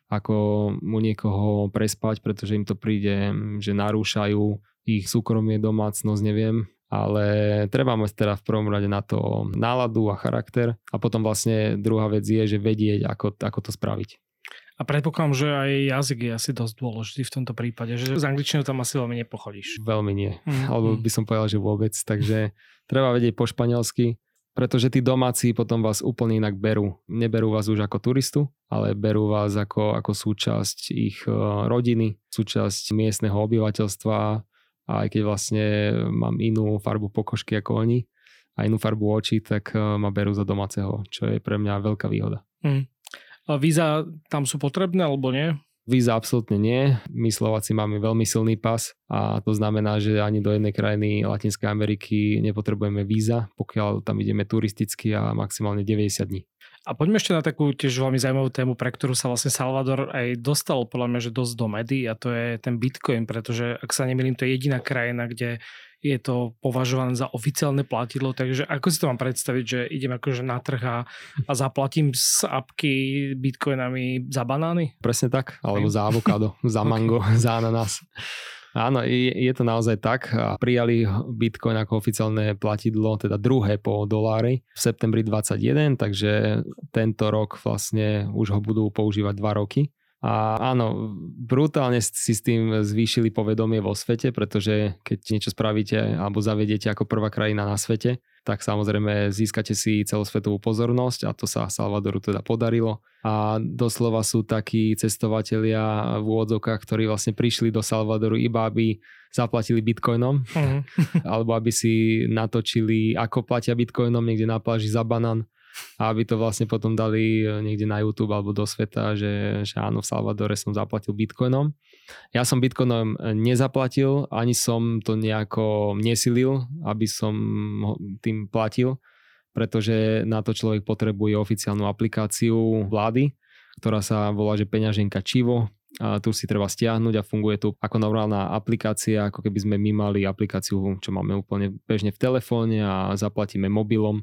u niekoho prespať, pretože im to príde, že narúšajú ich súkromie, domácnosť, neviem. Ale treba mať teda v prvom rade na to náladu a charakter. A potom vlastne druhá vec je, že vedieť, ako to spraviť. A predpokladám, že aj jazyk je asi dosť dôležitý v tomto prípade, že z angličtinou tam asi veľmi nepochodíš. Veľmi nie, alebo by som povedal, že vôbec, takže treba vedieť po španielsky, pretože tí domáci potom vás úplne inak berú. Neberú vás už ako turistu, ale berú vás ako súčasť ich rodiny, súčasť miestneho obyvateľstva, a aj keď vlastne mám inú farbu pokožky ako oni a inú farbu očí, tak ma berú za domáceho, čo je pre mňa veľká výhoda. A víza tam sú potrebné, alebo nie? Víza absolútne nie. My Slováci máme veľmi silný pas a to znamená, že ani do jednej krajiny Latinskej Ameriky nepotrebujeme víza, pokiaľ tam ideme turisticky a maximálne 90 dní. A poďme ešte na takú tiež veľmi zaujímavú tému, pre ktorú sa vlastne Salvador aj dostal podľa mňa, že dosť do médií, a to je ten Bitcoin, pretože ak sa nemýlim, to je jediná krajina, kde je to považované za oficiálne platidlo, takže ako si to mám predstaviť, že idem akože na trh a zaplatím z apky bitcoinami za banány? Presne tak, alebo za avokádo, za mango, za ananás. Áno, je to naozaj tak. Prijali Bitcoin ako oficiálne platidlo, teda druhé po dolári v septembri 2021, takže tento rok vlastne už ho budú používať 2 roky. A áno, brutálne si s tým zvýšili povedomie vo svete, pretože keď niečo spravíte alebo zavediete ako prvá krajina na svete, tak samozrejme získate si celosvetovú pozornosť a to sa Salvadoru teda podarilo. A doslova sú takí cestovatelia v úvodzovkách, ktorí vlastne prišli do Salvadoru iba aby zaplatili bitcoinom alebo aby si natočili, ako platia bitcoinom niekde na pláži za banán. A aby to vlastne potom dali niekde na YouTube alebo do sveta, že áno, v Salvadore som zaplatil bitcoinom. Ja som bitcoinom nezaplatil, ani som to nejako nesilil, aby som tým platil, pretože na to človek potrebuje oficiálnu aplikáciu vlády, ktorá sa volá, že peňaženka Chivo. A tu si treba stiahnuť a funguje tu ako normálna aplikácia, ako keby sme my mali aplikáciu, čo máme úplne bežne v telefóne a zaplatíme mobilom.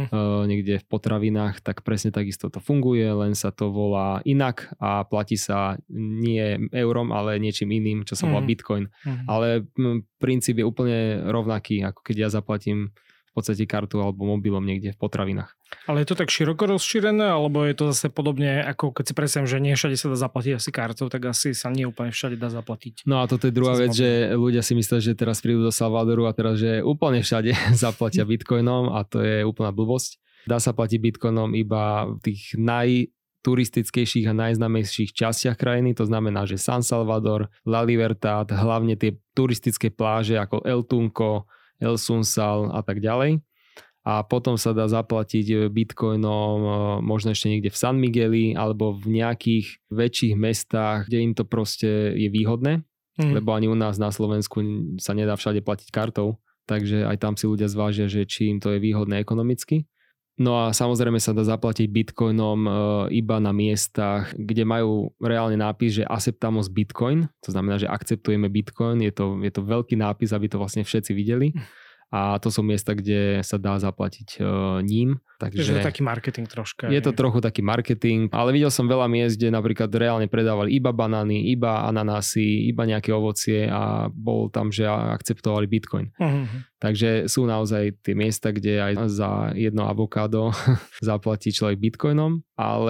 Niekde v potravinách, tak presne takisto to funguje, len sa to volá inak a platí sa nie eurom, ale niečím iným, čo sa volá Bitcoin. Ale princíp je úplne rovnaký, ako keď ja zaplatím v podstate kartu alebo mobilom niekde v potravinách. Ale je to tak široko rozšírené, alebo je to zase podobne, ako keď si predstavím, že nie všade sa dá zaplatiť asi kartou, tak asi sa nie úplne všade dá zaplatiť. No a toto je druhá vec, že ľudia si myslia, že teraz prídu do Salvadoru a teraz, že úplne všade zaplatia bitcoinom a to je úplná blbosť. Dá sa platiť bitcoinom iba v tých najturistickejších a najznámejších častiach krajiny, to znamená, že San Salvador, La Libertad, hlavne tie turistické pláže ako El Tunco, El Sunsal a tak ďalej. A potom sa dá zaplatiť bitcoinom možno ešte niekde v San Migueli alebo v nejakých väčších mestách, kde im to proste je výhodné, lebo ani u nás na Slovensku sa nedá všade platiť kartou, takže aj tam si ľudia zvážia, že či im to je výhodné ekonomicky. No a samozrejme sa dá zaplatiť bitcoinom iba na miestach, kde majú reálne nápis, že acceptamos bitcoin, to znamená, že akceptujeme bitcoin, je to veľký nápis, aby to vlastne všetci videli. A to sú miesta, kde sa dá zaplatiť ním. Takže je to taký marketing troška. Je to trochu taký marketing, ale videl som veľa miest, kde napríklad reálne predávali iba banány, iba ananásy, iba nejaké ovocie a bol tam, že akceptovali bitcoin. Takže sú naozaj tie miesta, kde aj za jedno avokádo zaplatí človek bitcoinom, ale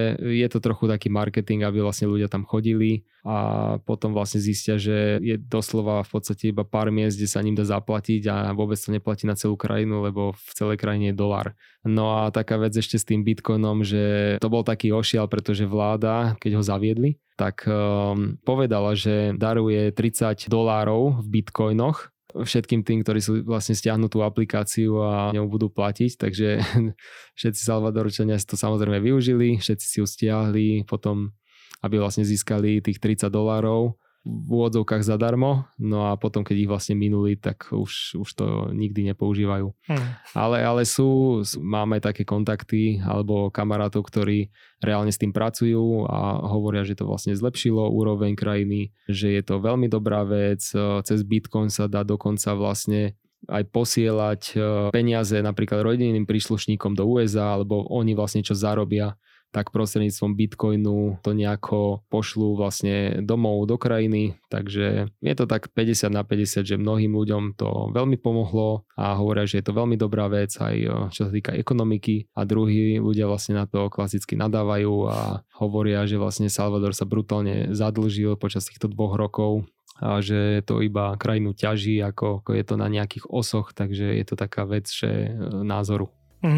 je to trochu taký marketing, aby vlastne ľudia tam chodili a potom vlastne zistia, že je doslova v podstate iba pár miest, kde sa ním dá zaplatiť a vôbec to neplatí na celú krajinu, lebo v celej krajine je dolár. No a taká vec ešte s tým bitcoinom, že to bol taký ošial, pretože vláda, keď ho zaviedli, tak povedala, že daruje $30 v bitcoinoch všetkým tým, ktorí sú vlastne stiahnu tú aplikáciu a ňou budú platiť, takže všetci Salvadorčania si to samozrejme využili, všetci si ju stiahli, potom aby vlastne získali tých $30. v úvodzovkách zadarmo, no a potom, keď ich vlastne minuli, tak už to nikdy nepoužívajú. Ale máme také kontakty alebo kamarátov, ktorí reálne s tým pracujú a hovoria, že to vlastne zlepšilo úroveň krajiny, že je to veľmi dobrá vec, cez Bitcoin sa dá dokonca vlastne aj posielať peniaze napríklad rodinným príslušníkom do USA, alebo oni vlastne čo zarobia, tak prostredníctvom Bitcoinu to nejako pošlú vlastne domov do krajiny, takže je to tak 50/50, že mnohým ľuďom to veľmi pomohlo a hovoria, že je to veľmi dobrá vec aj čo sa týka ekonomiky a druhí ľudia vlastne na to klasicky nadávajú a hovoria, že vlastne Salvador sa brutálne zadlžil počas týchto 2 rokov a že to iba krajinu ťaží, ako je to na nejakých osoch, takže je to taká vec, že názoru.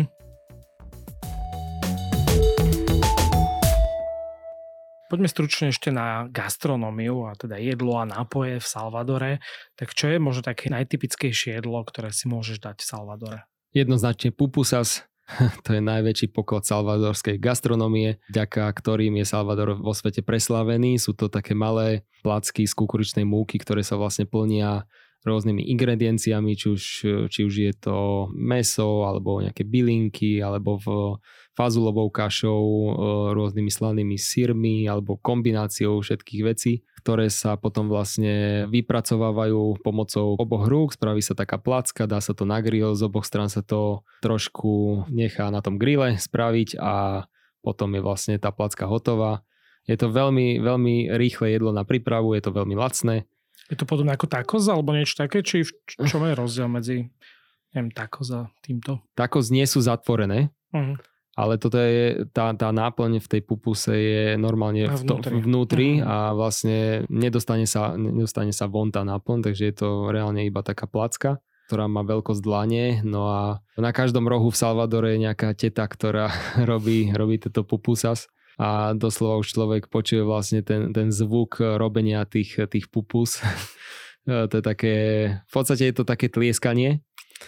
Poďme stručne ešte na gastronómiu a teda jedlo a nápoje v Salvadore. Tak čo je možno také najtypickejšie jedlo, ktoré si môžeš dať v Salvadore? Jednoznačne pupusas. To je najväčší poklad salvadorskej gastronómie, vďaka ktorým je Salvador vo svete preslavený. Sú to také malé placky z kukuričnej múky, ktoré sa vlastne plnia rôznymi ingredienciami, či už je to mäso, alebo nejaké bylinky, alebo fazulovou kašou, rôznymi slanými syrmi, alebo kombináciou všetkých vecí, ktoré sa potom vlastne vypracovávajú pomocou oboch rúk, spraví sa taká placka, dá sa to na grill, z oboch strán sa to trošku nechá na tom grille spraviť a potom je vlastne tá placka hotová. Je to veľmi, veľmi rýchle jedlo na prípravu, je to veľmi lacné. Je to podobné ako tacos alebo niečo také? Či čo je rozdiel medzi tacos a týmto? Tacos nie sú zatvorené, ale toto je tá náplň v tej pupuse je normálne vnútri a vlastne nedostane sa von tá náplň, takže je to reálne iba taká placka, ktorá má veľkosť dlane. No a na každom rohu v Salvadore je nejaká teta, ktorá robí toto pupusas. A doslova už človek počuje vlastne ten zvuk robenia tých pupus. To je také, v podstate je to také tlieskanie.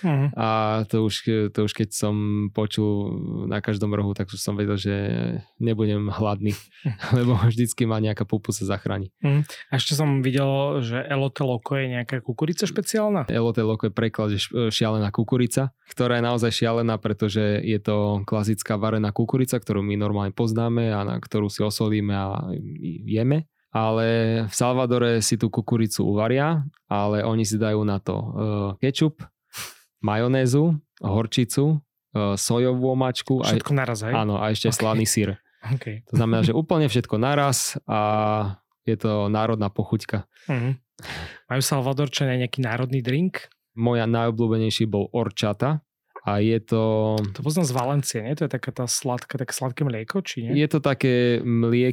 A to už keď som počul na každom rohu, tak už som vedel, že nebudem hladný, lebo vždycky ma nejaká pupusa zachráni. A ešte som videl, že elote loco je nejaká kukurica špeciálna? Elote loco je preklad, že šialená kukurica, ktorá je naozaj šialená, pretože je to klasická varená kukurica, ktorú my normálne poznáme a na ktorú si osolíme a jeme. Ale v Salvadore si tú kukuricu uvaria, ale oni si dajú na to kečup, majonézu, horčicu, sojovú omáčku. Všetko naraz, hej? Áno, a ešte slaný syr. Okay. To znamená, že úplne všetko naraz a je to národná pochuťka. Majú Salvadorčania nejaký národný drink? Moja najobľúbenejší bol horchata a je to... To poznám z Valencie, nie? To je také sladké mlieko, či nie? Je to také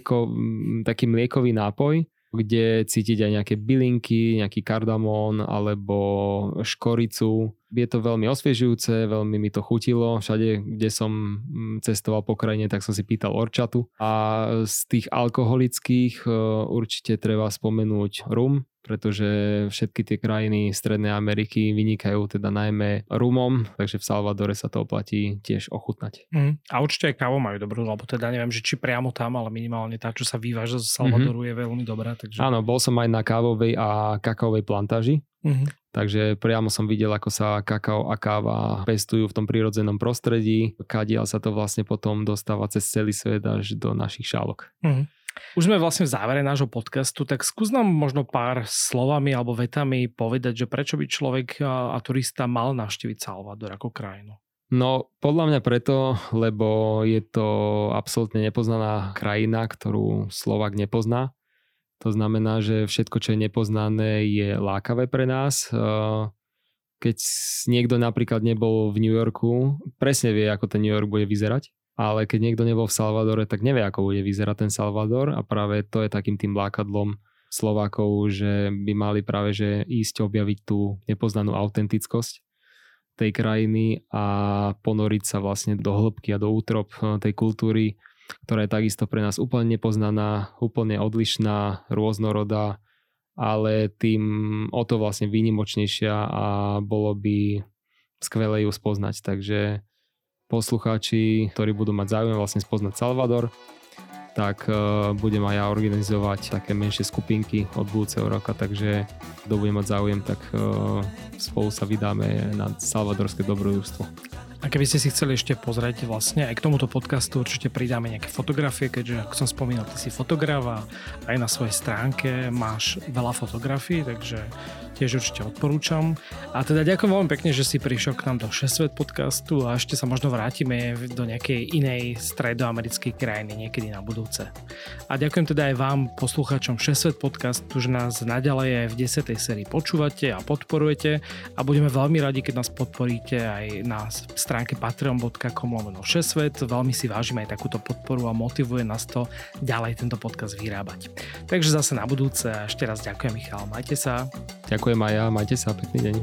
taký mliekový nápoj, kde cítiť aj nejaké bylinky, nejaký kardamón alebo škoricu. Je to veľmi osviežujúce, veľmi mi to chutilo. Všade, kde som cestoval po krajine, tak som si pýtal horchatu. A z tých alkoholických určite treba spomenúť rum, pretože všetky tie krajiny Strednej Ameriky vynikajú teda najmä rumom, takže v Salvadore sa to oplatí tiež ochutnať. A určite aj kávu majú dobrú, lebo teda neviem, že či priamo tam, ale minimálne tá, čo sa vyváža zo Salvadoru je veľmi dobrá. Takže... Áno, bol som aj na kávovej a kakaovej plantáži, takže priamo som videl, ako sa kakao a káva pestujú v tom prírodzenom prostredí, kadiaľ sa to vlastne potom dostáva cez celý svet až do našich šálok. Už sme vlastne v závere nášho podcastu, tak skús nám možno pár slovami alebo vetami povedať, že prečo by človek a turista mal navštíviť Salvador ako krajinu. No, podľa mňa preto, lebo je to absolútne nepoznaná krajina, ktorú Slovák nepozná. To znamená, že všetko, čo je nepoznané, je lákavé pre nás. Keď niekto napríklad nebol v New Yorku, presne vie, ako ten New York bude vyzerať. Ale keď niekto nebol v Salvadore, tak nevie, ako bude vyzerať ten Salvador a práve to je takým tým lákadlom Slovákov, že by mali práve že ísť objaviť tú nepoznanú autentickosť tej krajiny a ponoriť sa vlastne do hĺbky a do útrob tej kultúry, ktorá je takisto pre nás úplne nepoznaná, úplne odlišná, rôznorodá, ale tým o to vlastne výnimočnejšia a bolo by skvelé ju spoznať. Takže poslucháči, ktorí budú mať záujem vlastne spoznať Salvador, tak budem aj ja organizovať také menšie skupinky od budúceho roka, takže kto bude mať záujem, tak spolu sa vydáme na salvadorské dobrodružstvo. A keby ste si chceli ešte pozrieť vlastne aj k tomuto podcastu, určite pridáme nejaké fotografie, keďže ako som spomínal, ty si fotograf a aj na svojej stránke máš veľa fotografií, takže tiež určite odporúčam. A teda ďakujem veľmi pekne, že si prišiel k nám do 6 Svet podcastu a ešte sa možno vrátime do nejakej inej stredoamerickej krajiny niekedy na budúce. A ďakujem teda aj vám, poslucháčom 6 Svet podcastu, že nás naďalej aj v 10. sérii počúvate a podporujete a budeme veľmi radi, keď nás podporíte aj na stránke patreon.com/6svet. Veľmi si vážime aj takúto podporu a motivuje nás to ďalej tento podcast vyrábať. Takže zase na budúce a ešte raz ďakujem, Michal. Majte sa. Ďakujem aj ja, majte sa, pekný deň.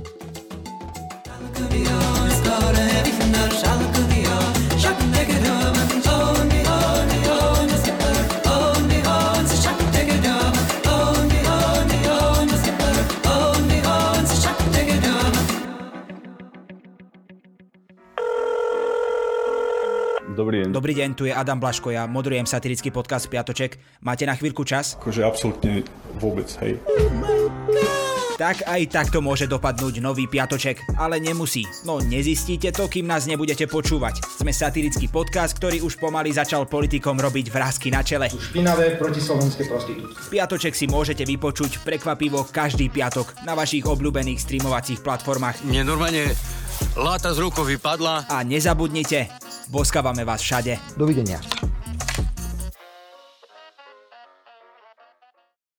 Dobrý deň, tu je Adam Blaško, ja moderujem satirický podcast Piatoček. Máte na chvíľku čas? Akože absolútne vôbec, hej. Tak aj takto môže dopadnúť nový Piatoček, ale nemusí. No nezistíte to, kým nás nebudete počúvať. Sme satirický podcast, ktorý už pomaly začal politikom robiť vrásky na čele. Špinavé protislovenské prostitútky. Piatoček si môžete vypočuť prekvapivo každý piatok na vašich obľúbených streamovacích platformách. Mne normálne láta z rukou vypadla. A nezabudnite, boskávame vás všade. Dovidenia.